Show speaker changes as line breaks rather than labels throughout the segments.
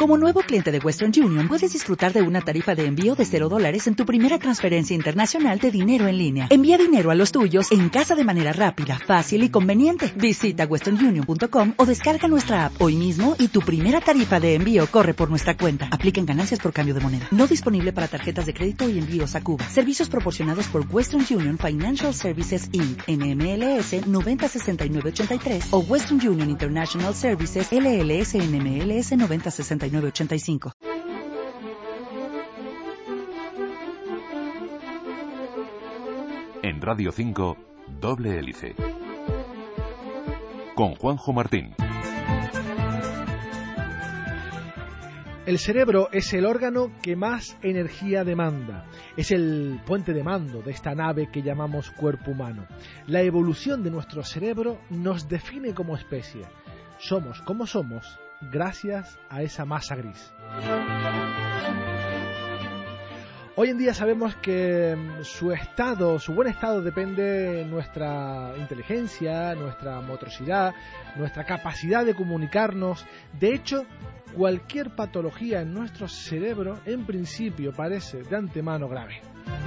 Como nuevo cliente de Western Union, puedes disfrutar de una tarifa de envío de $0 en tu primera transferencia internacional de dinero en línea. Envía dinero a los tuyos en casa de manera rápida, fácil y conveniente. Visita westernunion.com o descarga nuestra app hoy mismo y tu primera tarifa de envío corre por nuestra cuenta. Apliquen ganancias por cambio de moneda. No disponible para tarjetas de crédito y envíos a Cuba. Servicios proporcionados por Western Union Financial Services Inc. NMLS 906983 o Western Union International Services LLS NMLS 906985.
En Radio 5, Doble Hélice. Con Juanjo Martín.
El cerebro es el órgano que más energía demanda. Es el puente de mando de esta nave que llamamos cuerpo humano. La evolución de nuestro cerebro nos define como especie. Somos como somos gracias a esa masa gris. Hoy en día sabemos que su buen estado depende de nuestra inteligencia, nuestra motricidad, nuestra capacidad de comunicarnos. De hecho, cualquier patología en nuestro cerebro, en principio, parece de antemano grave.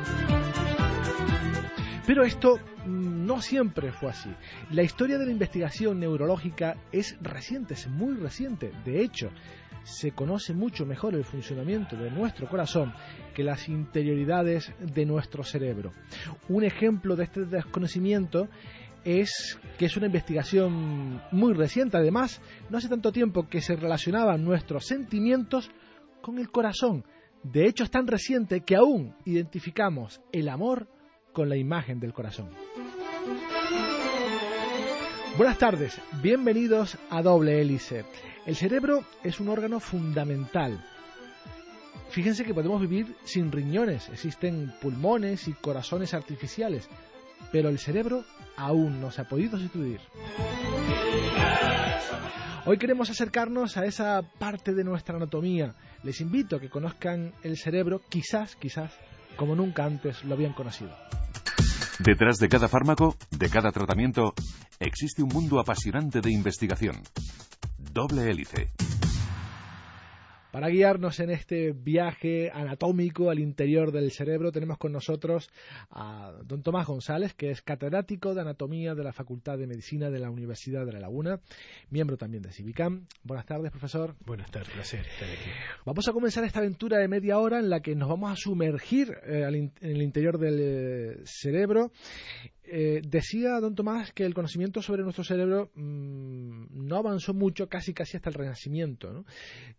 Pero esto no siempre fue así. La historia de la investigación neurológica es reciente, es muy reciente. De hecho, se conoce mucho mejor el funcionamiento de nuestro corazón que las interioridades de nuestro cerebro. Un ejemplo de este desconocimiento es que es una investigación muy reciente. Además, no hace tanto tiempo que se relacionaban nuestros sentimientos con el corazón. De hecho, es tan reciente que aún identificamos el amor con la imagen del corazón. Buenas tardes, bienvenidos a Doble Hélice. El cerebro es un órgano fundamental. Fíjense que podemos vivir sin riñones, existen pulmones y corazones artificiales, pero el cerebro aún no se ha podido sustituir. Hoy queremos acercarnos a esa parte de nuestra anatomía. Les invito a que conozcan el cerebro, quizás, como nunca antes lo habían conocido.
Detrás de cada fármaco, de cada tratamiento, existe un mundo apasionante de investigación. Doble Hélice.
Para guiarnos en este viaje anatómico al interior del cerebro tenemos con nosotros a don Tomás González, que es catedrático de Anatomía de la Facultad de Medicina de la Universidad de La Laguna, miembro también de Civicam. Buenas tardes, profesor.
Buenas tardes, placer estar aquí.
Vamos a comenzar esta aventura de media hora en la que nos vamos a sumergir en el interior del cerebro. Decía don Tomás que el conocimiento sobre nuestro cerebro no avanzó mucho, casi hasta el Renacimiento, ¿no?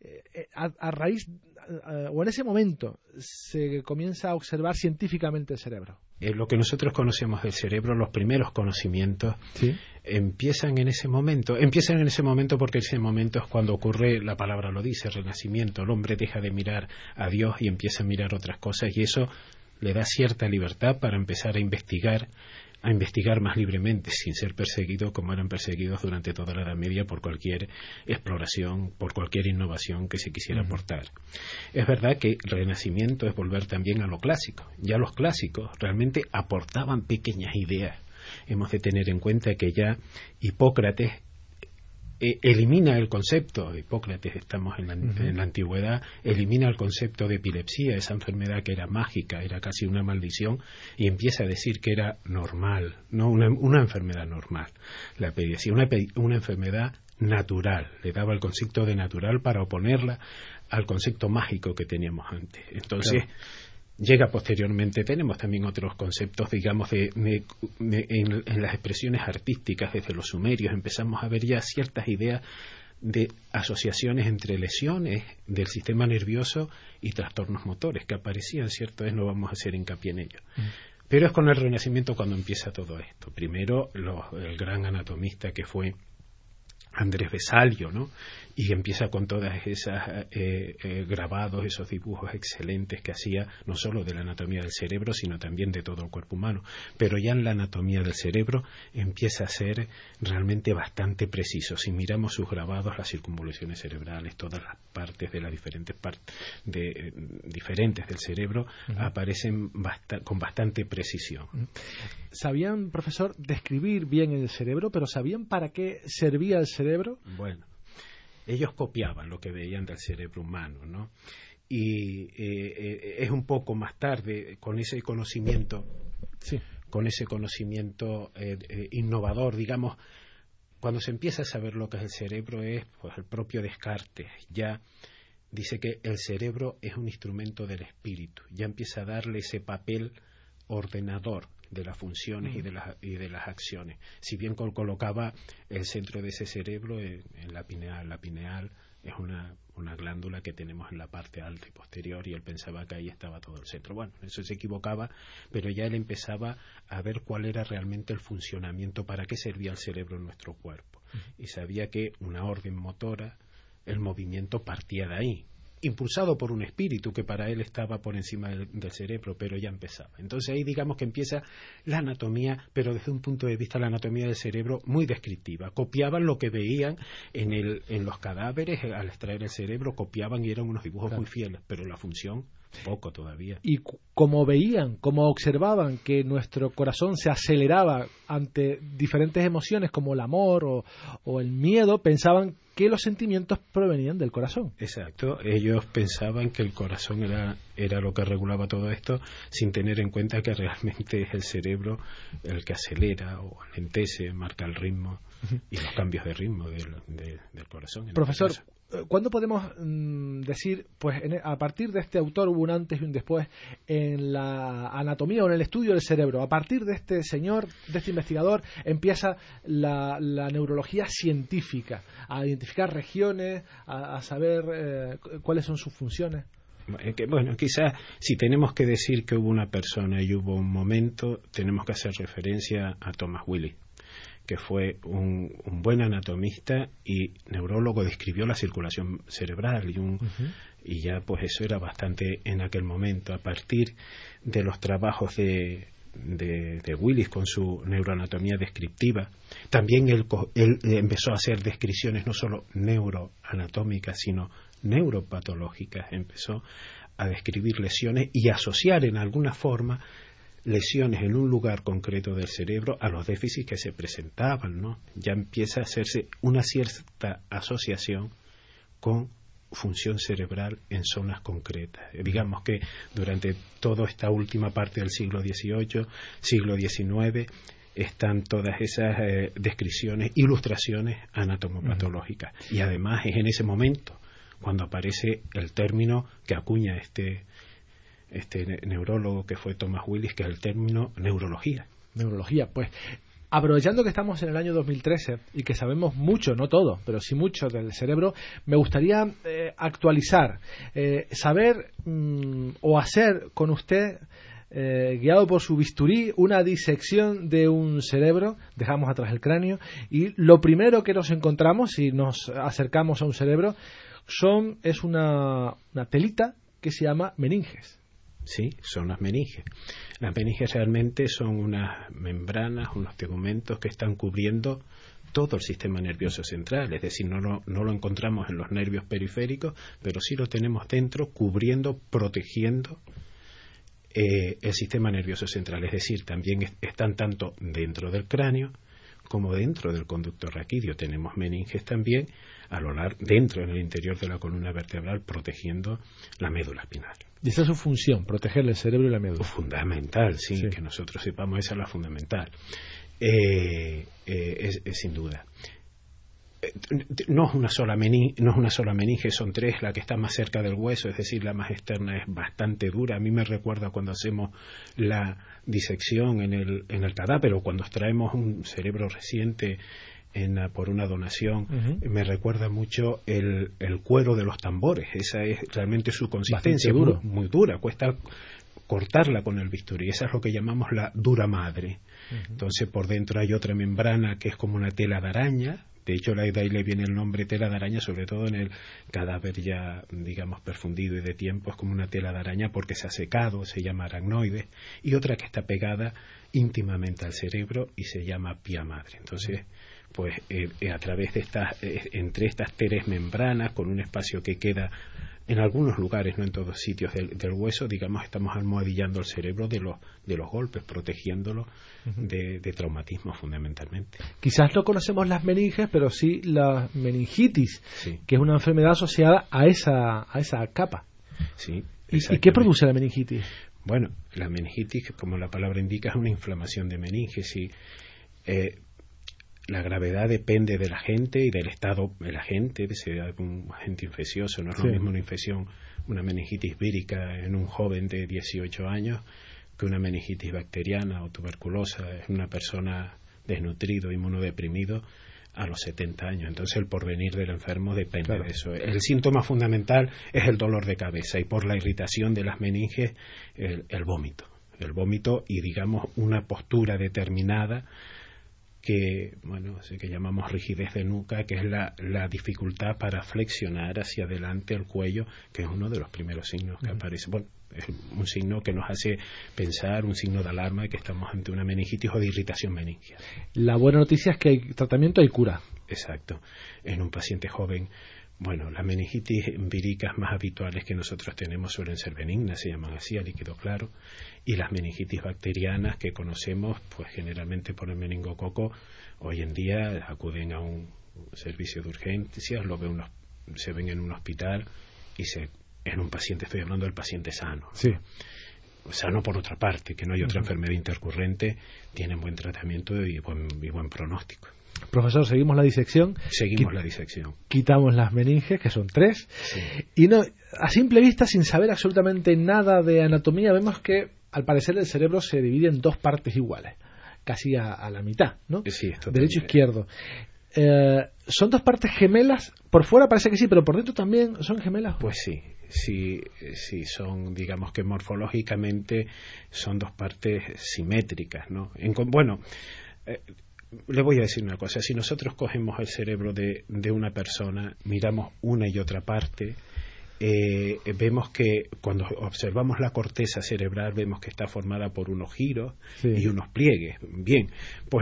A raíz, o en ese momento, se comienza a observar científicamente el cerebro.
Lo que nosotros conocemos del cerebro, los primeros conocimientos, ¿sí?, empiezan en ese momento porque ese momento es cuando ocurre, la palabra lo dice, renacimiento. El hombre deja de mirar a Dios y empieza a mirar otras cosas, y eso le da cierta libertad para empezar a investigar más libremente, sin ser perseguido como eran perseguidos durante toda la Edad Media por cualquier exploración, por cualquier innovación que se quisiera aportar. Es verdad que el Renacimiento es volver también a lo clásico. Ya los clásicos realmente aportaban pequeñas ideas. Hemos de tener en cuenta que ya Hipócrates elimina el concepto, Hipócrates, estamos en la antigüedad, elimina el concepto de epilepsia, esa enfermedad que era mágica, era casi una maldición, y empieza a decir que era normal, no una enfermedad normal, la epilepsia, una enfermedad natural, le daba el concepto de natural para oponerla al concepto mágico que teníamos antes. Entonces, claro, llega posteriormente, tenemos también otros conceptos, digamos, en las expresiones artísticas desde los sumerios, empezamos a ver ya ciertas ideas de asociaciones entre lesiones del sistema nervioso y trastornos motores que aparecían, ¿cierto? No vamos a hacer hincapié en ello. Pero es con el Renacimiento cuando empieza todo esto. Primero, el gran anatomista que fue Andrés Vesalio, ¿no? Y empieza con todas esas grabados, esos dibujos excelentes que hacía, no solo de la anatomía del cerebro, sino también de todo el cuerpo humano. Pero ya en la anatomía del cerebro empieza a ser realmente bastante preciso. Si miramos sus grabados, las circunvoluciones cerebrales, todas las partes de las diferentes diferentes del cerebro aparecen con bastante precisión.
¿Sabían, profesor, describir bien el cerebro, pero sabían para qué servía el cerebro?
Bueno, ellos copiaban lo que veían del cerebro humano, ¿no? Y es un poco más tarde, con ese conocimiento,
sí,
innovador, digamos, cuando se empieza a saber lo que es el cerebro, es pues el propio Descartes ya dice que el cerebro es un instrumento del espíritu, ya empieza a darle ese papel ordenador de las funciones y de las acciones. Si bien colocaba el centro de ese cerebro en la pineal. La pineal es una glándula que tenemos en la parte alta y posterior, y él pensaba que ahí estaba todo el centro. Bueno, eso se equivocaba, pero ya él empezaba a ver cuál era realmente el funcionamiento, para qué servía el cerebro en nuestro cuerpo. Y sabía que una orden motora, el movimiento partía de ahí, impulsado por un espíritu que para él estaba por encima del cerebro, pero ya empezaba. Entonces ahí digamos que empieza la anatomía, pero desde un punto de vista la anatomía del cerebro muy descriptiva. Copiaban lo que veían en los cadáveres, al extraer el cerebro, copiaban y eran unos dibujos muy fieles, pero la función poco todavía.
Y como veían, como observaban que nuestro corazón se aceleraba ante diferentes emociones como el amor o el miedo, pensaban que los sentimientos provenían del corazón.
Exacto, ellos pensaban que el corazón era lo que regulaba todo esto, sin tener en cuenta que realmente es el cerebro el que acelera o alentece, marca el ritmo y los cambios de ritmo del corazón.
Profesor, ¿cuándo podemos decir, pues a partir de este autor hubo un antes y un después en la anatomía o en el estudio del cerebro? A partir de este señor, de este investigador, empieza la neurología científica, a identificar regiones, a saber cuáles son sus funciones.
Bueno, quizás si tenemos que decir que hubo una persona y hubo un momento, tenemos que hacer referencia a Thomas Willis, que fue un buen anatomista y neurólogo, describió la circulación cerebral y ya pues eso era bastante en aquel momento. A partir de los trabajos de Willis con su neuroanatomía descriptiva, también él empezó a hacer descripciones no solo neuroanatómicas sino neuropatológicas. Empezó a describir lesiones y asociar en alguna forma lesiones en un lugar concreto del cerebro a los déficits que se presentaban, ¿no? Ya empieza a hacerse una cierta asociación con función cerebral en zonas concretas. Digamos que durante toda esta última parte del siglo XVIII, siglo XIX, están todas esas descripciones, ilustraciones anatomopatológicas. Y además es en ese momento cuando aparece el término que acuña este neurólogo que fue Thomas Willis, que es el término neurología.
Neurología, pues aprovechando que estamos en el año 2013 y que sabemos mucho, no todo, pero sí mucho del cerebro, me gustaría actualizar, saber o hacer con usted, guiado por su bisturí, una disección de un cerebro. Dejamos atrás el cráneo y lo primero que nos encontramos si nos acercamos a un cerebro es una telita que se llama meninges.
Sí, son las meninges. Las meninges realmente son unas membranas, unos tegumentos que están cubriendo todo el sistema nervioso central, es decir, no lo encontramos en los nervios periféricos, pero sí lo tenemos dentro, cubriendo, protegiendo el sistema nervioso central, es decir, también están tanto dentro del cráneo como dentro del conducto raquídeo. Tenemos meninges también dentro, en el interior de la columna vertebral, protegiendo la médula espinal.
Y esa es su función, proteger el cerebro y la médula.
Fundamental, sí, que nosotros sepamos, esa es la fundamental. Sin duda. No es una sola meninge, son tres. La que está más cerca del hueso, es decir, la más externa, es bastante dura. A mí me recuerda cuando hacemos la disección en el cadáver, o cuando extraemos un cerebro reciente por una donación, me recuerda mucho el cuero de los tambores. Esa es realmente su consistencia, muy dura, cuesta cortarla con el bisturí. Esa es lo que llamamos la dura madre. Entonces por dentro hay otra membrana que es como una tela de araña. De hecho, de ahí le viene el nombre tela de araña, sobre todo en el cadáver ya, digamos, perfundido y de tiempo. Es como una tela de araña porque se ha secado, se llama aracnoide. Y otra que está pegada íntimamente al cerebro y se llama pía madre. Entonces, pues a través de entre estas tres membranas, con un espacio que queda en algunos lugares, no en todos sitios del hueso, digamos, estamos almohadillando el cerebro de los golpes, protegiéndolo de traumatismos fundamentalmente.
Quizás no conocemos las meninges, pero sí la meningitis,
Sí.
que es una enfermedad asociada a esa capa.
Sí,
¿Y qué produce la meningitis?
Bueno, la meningitis, como la palabra indica, es una inflamación de meninges y la gravedad depende de la gente y del estado de la gente, de si hay algún agente infeccioso. No es lo mismo una infección, una meningitis vírica en un joven de 18 años que una meningitis bacteriana o tuberculosa en una persona desnutrido, inmunodeprimido a los 70 años. Entonces el porvenir del enfermo depende de eso. El síntoma fundamental es el dolor de cabeza y por la irritación de las meninges el vómito. El vómito y digamos una postura determinada que, bueno, así que llamamos rigidez de nuca, que es la dificultad para flexionar hacia adelante el cuello, que es uno de los primeros signos que aparece. Bueno, es un signo que nos hace pensar, un signo de alarma de que estamos ante una meningitis o de irritación meningia.
La buena noticia es que hay tratamiento, hay cura.
Exacto. En un paciente joven, bueno, las meningitis víricas más habituales que nosotros tenemos suelen ser benignas, se llaman así, a líquido claro, y las meningitis bacterianas que conocemos, pues generalmente por el meningococo, hoy en día acuden a un servicio de urgencias, se ven en un hospital y en un paciente, estoy hablando del paciente sano.
Sí.
Sano por otra parte, que no hay otra enfermedad intercurrente, tienen buen tratamiento y buen pronóstico.
Profesor, seguimos la disección.
Seguimos la disección.
Quitamos las meninges, que son 3.
Sí.
Y no, a simple vista, sin saber absolutamente nada de anatomía, vemos que al parecer el cerebro se divide en 2 partes iguales, casi a la mitad, ¿no?
Sí,
derecho e izquierdo. ¿Son 2 partes gemelas? Por fuera parece que sí, pero por dentro también son gemelas.
Pues sí, son, digamos que morfológicamente son 2 partes simétricas, ¿no? Le voy a decir una cosa, si nosotros cogemos el cerebro de una persona, miramos una y otra parte, vemos que cuando observamos la corteza cerebral vemos que está formada por unos giros y unos pliegues. Bien, pues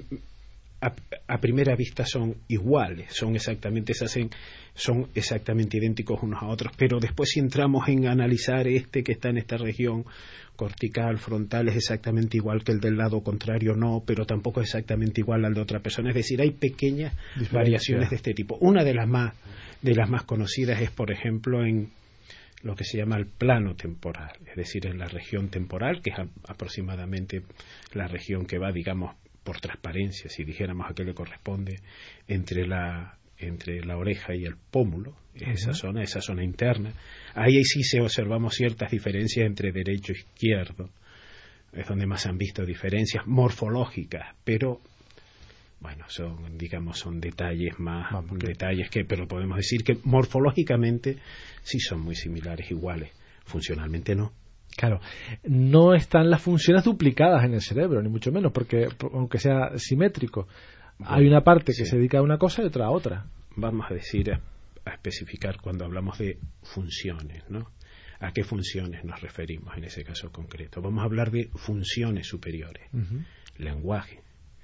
a primera vista son iguales, son exactamente idénticos unos a otros, pero después si entramos en analizar que está en esta región cortical, frontal, es exactamente igual que el del lado contrario, no, pero tampoco es exactamente igual al de otra persona. Es decir, hay pequeñas variaciones de este tipo. Una de las más conocidas es, por ejemplo, en lo que se llama el plano temporal, es decir, en la región temporal, que es aproximadamente la región que va, digamos, por transparencia, si dijéramos a qué le corresponde, entre la oreja y el pómulo, esa zona interna. Ahí sí se observamos ciertas diferencias entre derecho e izquierdo, es donde más han visto diferencias morfológicas, pero bueno, son detalles detalles pero podemos decir que morfológicamente sí son muy similares, iguales, funcionalmente no.
Claro, no están las funciones duplicadas en el cerebro, ni mucho menos, porque aunque sea simétrico, hay una parte que se dedica a una cosa y otra a otra.
Vamos a decir, a especificar cuando hablamos de funciones, ¿no? ¿A qué funciones nos referimos en ese caso concreto? Vamos a hablar de funciones superiores, lenguaje,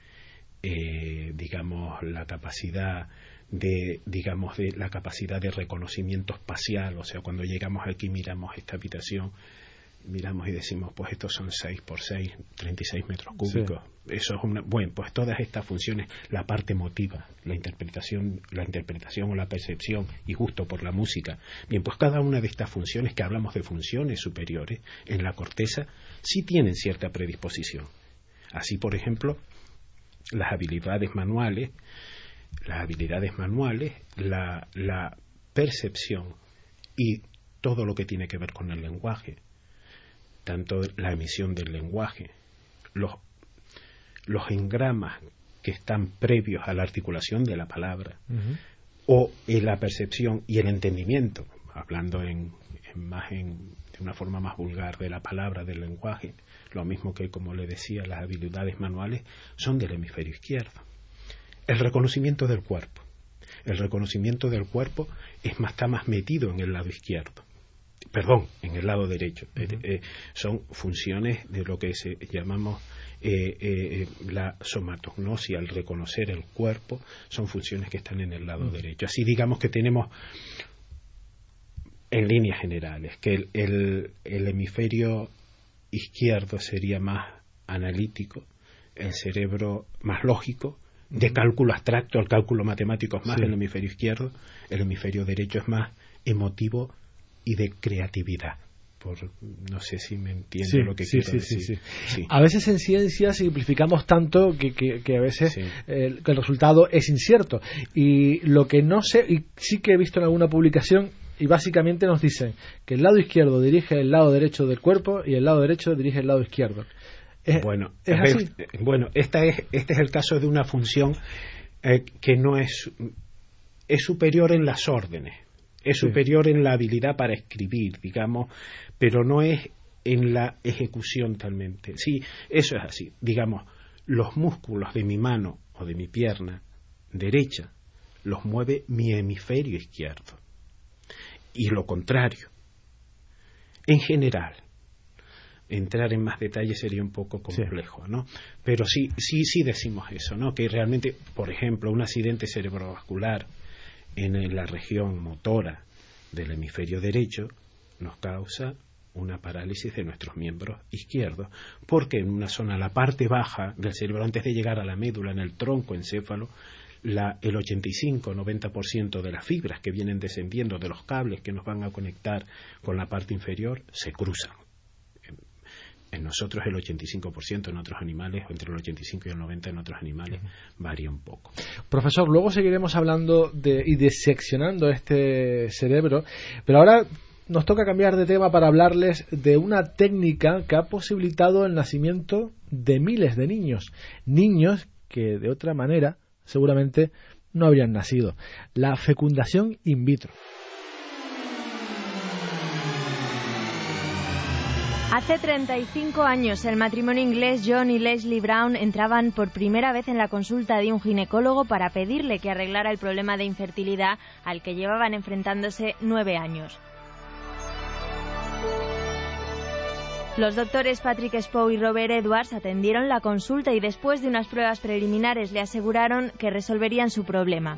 la capacidad de reconocimiento espacial, o sea, cuando llegamos aquí miramos esta habitación, miramos y decimos, pues estos son 6 por 6, 36 metros cúbicos. Sí. Eso es pues todas estas funciones, la parte emotiva, la interpretación o la percepción, y gusto por la música. Bien, pues cada una de estas funciones, que hablamos de funciones superiores, en la corteza, sí tienen cierta predisposición. Así, por ejemplo, las habilidades manuales, la percepción y todo lo que tiene que ver con el lenguaje, tanto la emisión del lenguaje, los engramas que están previos a la articulación de la palabra, o la percepción y el entendimiento, hablando de una forma más vulgar de la palabra, del lenguaje, lo mismo que, como le decía, las habilidades manuales, son del hemisferio izquierdo. El reconocimiento del cuerpo está más metido en el lado izquierdo. En el lado derecho. Son funciones de lo que llamamos la somatognosia, el reconocer el cuerpo, son funciones que están en el lado derecho. Así digamos que tenemos En líneas generales, que el hemisferio izquierdo sería más analítico, el cerebro más lógico, de cálculo abstracto, el cálculo matemático es más el hemisferio izquierdo, el hemisferio derecho es más emotivo y de creatividad. No sé si me entiende lo que quiero decir. Sí.
A veces en ciencia simplificamos tanto que a veces el resultado es incierto. Y lo que no sé, y sí que he visto en alguna publicación, y básicamente nos dicen que el lado izquierdo dirige el lado derecho del cuerpo y el lado derecho dirige el lado izquierdo.
Bueno,
¿es así?
Este es el caso de una función que no es superior en las órdenes. Es superior en la habilidad para escribir, digamos, pero no es en la ejecución talmente. Sí, eso es así. Digamos, los músculos de mi mano o de mi pierna derecha los mueve mi hemisferio izquierdo. Y lo contrario. En general, entrar en más detalles sería un poco complejo, ¿no? Pero sí decimos eso, ¿no? Que realmente, por ejemplo, un accidente cerebrovascular en la región motora del hemisferio derecho nos causa una parálisis de nuestros miembros izquierdos, porque en una zona, la parte baja del cerebro, antes de llegar a la médula, en el tronco encéfalo, el 85-90% de las fibras que vienen descendiendo de los cables que nos van a conectar con la parte inferior se cruzan. En nosotros el 85%, en otros animales, entre el 85 y el 90 en otros animales, varía un poco.
Profesor, luego seguiremos hablando y diseccionando este cerebro, pero ahora nos toca cambiar de tema para hablarles de una técnica que ha posibilitado el nacimiento de miles de niños que de otra manera seguramente no habrían nacido. La fecundación in vitro.
Hace 35 años el matrimonio inglés John y Leslie Brown entraban por primera vez en la consulta de un ginecólogo para pedirle que arreglara el problema de infertilidad al que llevaban enfrentándose 9 años. Los doctores Patrick Spow y Robert Edwards atendieron la consulta y después de unas pruebas preliminares le aseguraron que resolverían su problema.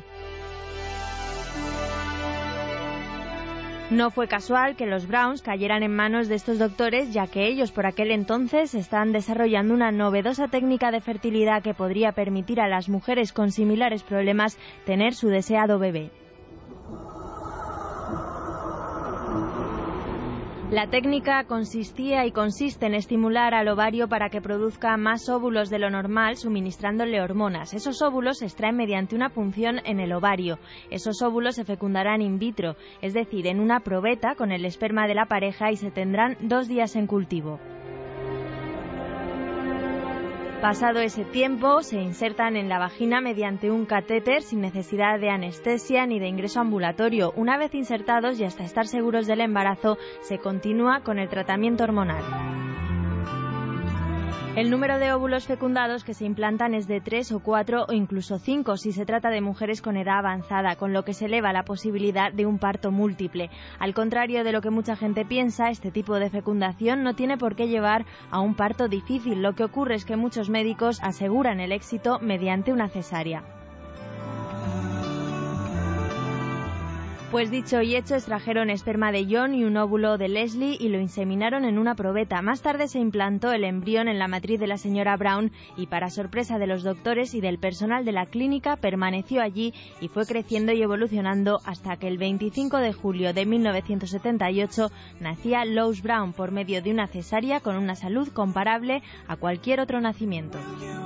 No fue casual que los Browns cayeran en manos de estos doctores, ya que ellos por aquel entonces estaban desarrollando una novedosa técnica de fertilidad que podría permitir a las mujeres con similares problemas tener su deseado bebé. La técnica consistía y consiste en estimular al ovario para que produzca más óvulos de lo normal, suministrándole hormonas. Esos óvulos se extraen mediante una punción en el ovario. Esos óvulos se fecundarán in vitro, es decir, en una probeta con el esperma de la pareja, y se tendrán 2 días en cultivo. Pasado ese tiempo, se insertan en la vagina mediante un catéter sin necesidad de anestesia ni de ingreso ambulatorio. Una vez insertados y hasta estar seguros del embarazo, se continúa con el tratamiento hormonal. El número de óvulos fecundados que se implantan es de 3 o 4 o incluso 5 si se trata de mujeres con edad avanzada, con lo que se eleva la posibilidad de un parto múltiple. Al contrario de lo que mucha gente piensa, este tipo de fecundación no tiene por qué llevar a un parto difícil. Lo que ocurre es que muchos médicos aseguran el éxito mediante una cesárea. Pues dicho y hecho, extrajeron esperma de John y un óvulo de Leslie y lo inseminaron en una probeta. Más tarde se implantó el embrión en la matriz de la señora Brown y, para sorpresa de los doctores y del personal de la clínica, permaneció allí y fue creciendo y evolucionando hasta que el 25 de julio de 1978 nacía Lois Brown por medio de una cesárea con una salud comparable a cualquier otro nacimiento.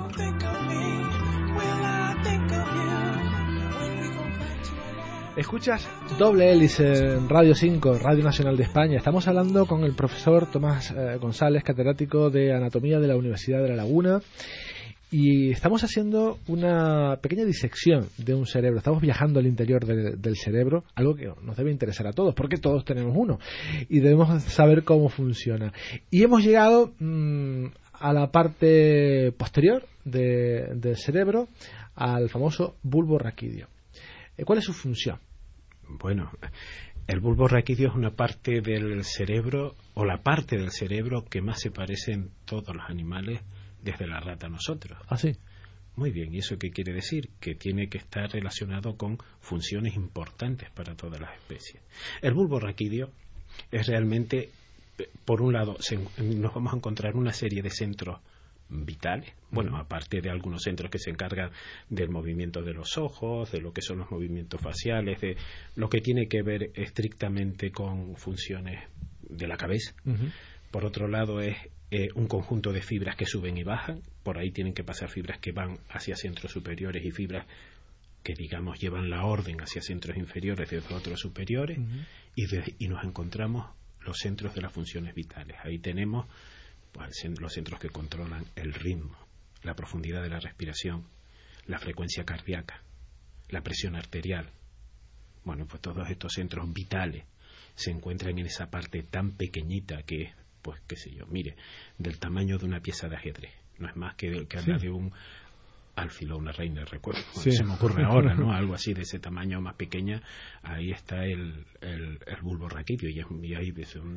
Escuchas Doble Hélice en Radio 5, Radio Nacional de España. Estamos hablando con el profesor Tomás González, catedrático de Anatomía de la Universidad de La Laguna, y estamos haciendo una pequeña disección de un cerebro. Estamos viajando al interior del cerebro, algo que nos debe interesar a todos, porque todos tenemos uno y debemos saber cómo funciona. Y hemos llegado a la parte posterior del cerebro, al famoso bulbo raquídeo. ¿Cuál es su función?
Bueno, el bulbo raquídeo es una parte del cerebro, o la parte del cerebro que más se parece en todos los animales, desde la rata a nosotros.
¿Ah, sí?
Muy bien, ¿y eso qué quiere decir? Que tiene que estar relacionado con funciones importantes para todas las especies. El bulbo raquídeo es realmente, por un lado, nos vamos a encontrar una serie de centros vitales, bueno, aparte de algunos centros que se encargan del movimiento de los ojos, de lo que son los movimientos faciales, de lo que tiene que ver estrictamente con funciones de la cabeza. Por otro lado es un conjunto de fibras que suben y bajan, por ahí tienen que pasar fibras que van hacia centros superiores y fibras que, digamos, llevan la orden hacia centros inferiores de otros superiores, y nos encontramos los centros de las funciones vitales. Ahí tenemos pues, los centros que controlan el ritmo, la profundidad de la respiración, la frecuencia cardíaca, la presión arterial. Bueno, pues todos estos centros vitales se encuentran en esa parte tan pequeñita que es, pues qué sé yo, mire, del tamaño de una pieza de ajedrez. No es más que habla de un alfil o una reina, recuerdo. Se me ocurre ahora, ¿no? Algo así de ese tamaño, más pequeña. Ahí está el bulbo raquídeo y ahí,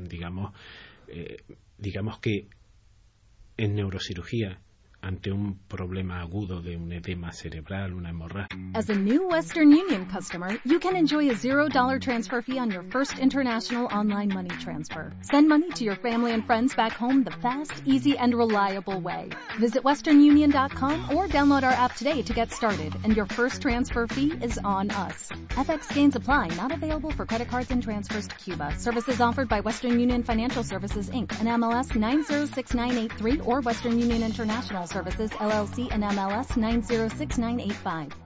digamos que en neurocirugía, ante un problema agudo de un edema cerebral, una hemorragia.
As a new Western Union customer, you can enjoy a $0 transfer fee on your first international online money transfer. Send money to your family and friends back home the fast, easy, and reliable way. Visit westernunion.com or download our app today to get started, and your first transfer fee is on us. FX gains apply, not available for credit cards and transfers to Cuba. Services offered by Western Union Financial Services, Inc., and MLS 906983 or Western Union International Services, LLC, and MLS 906985.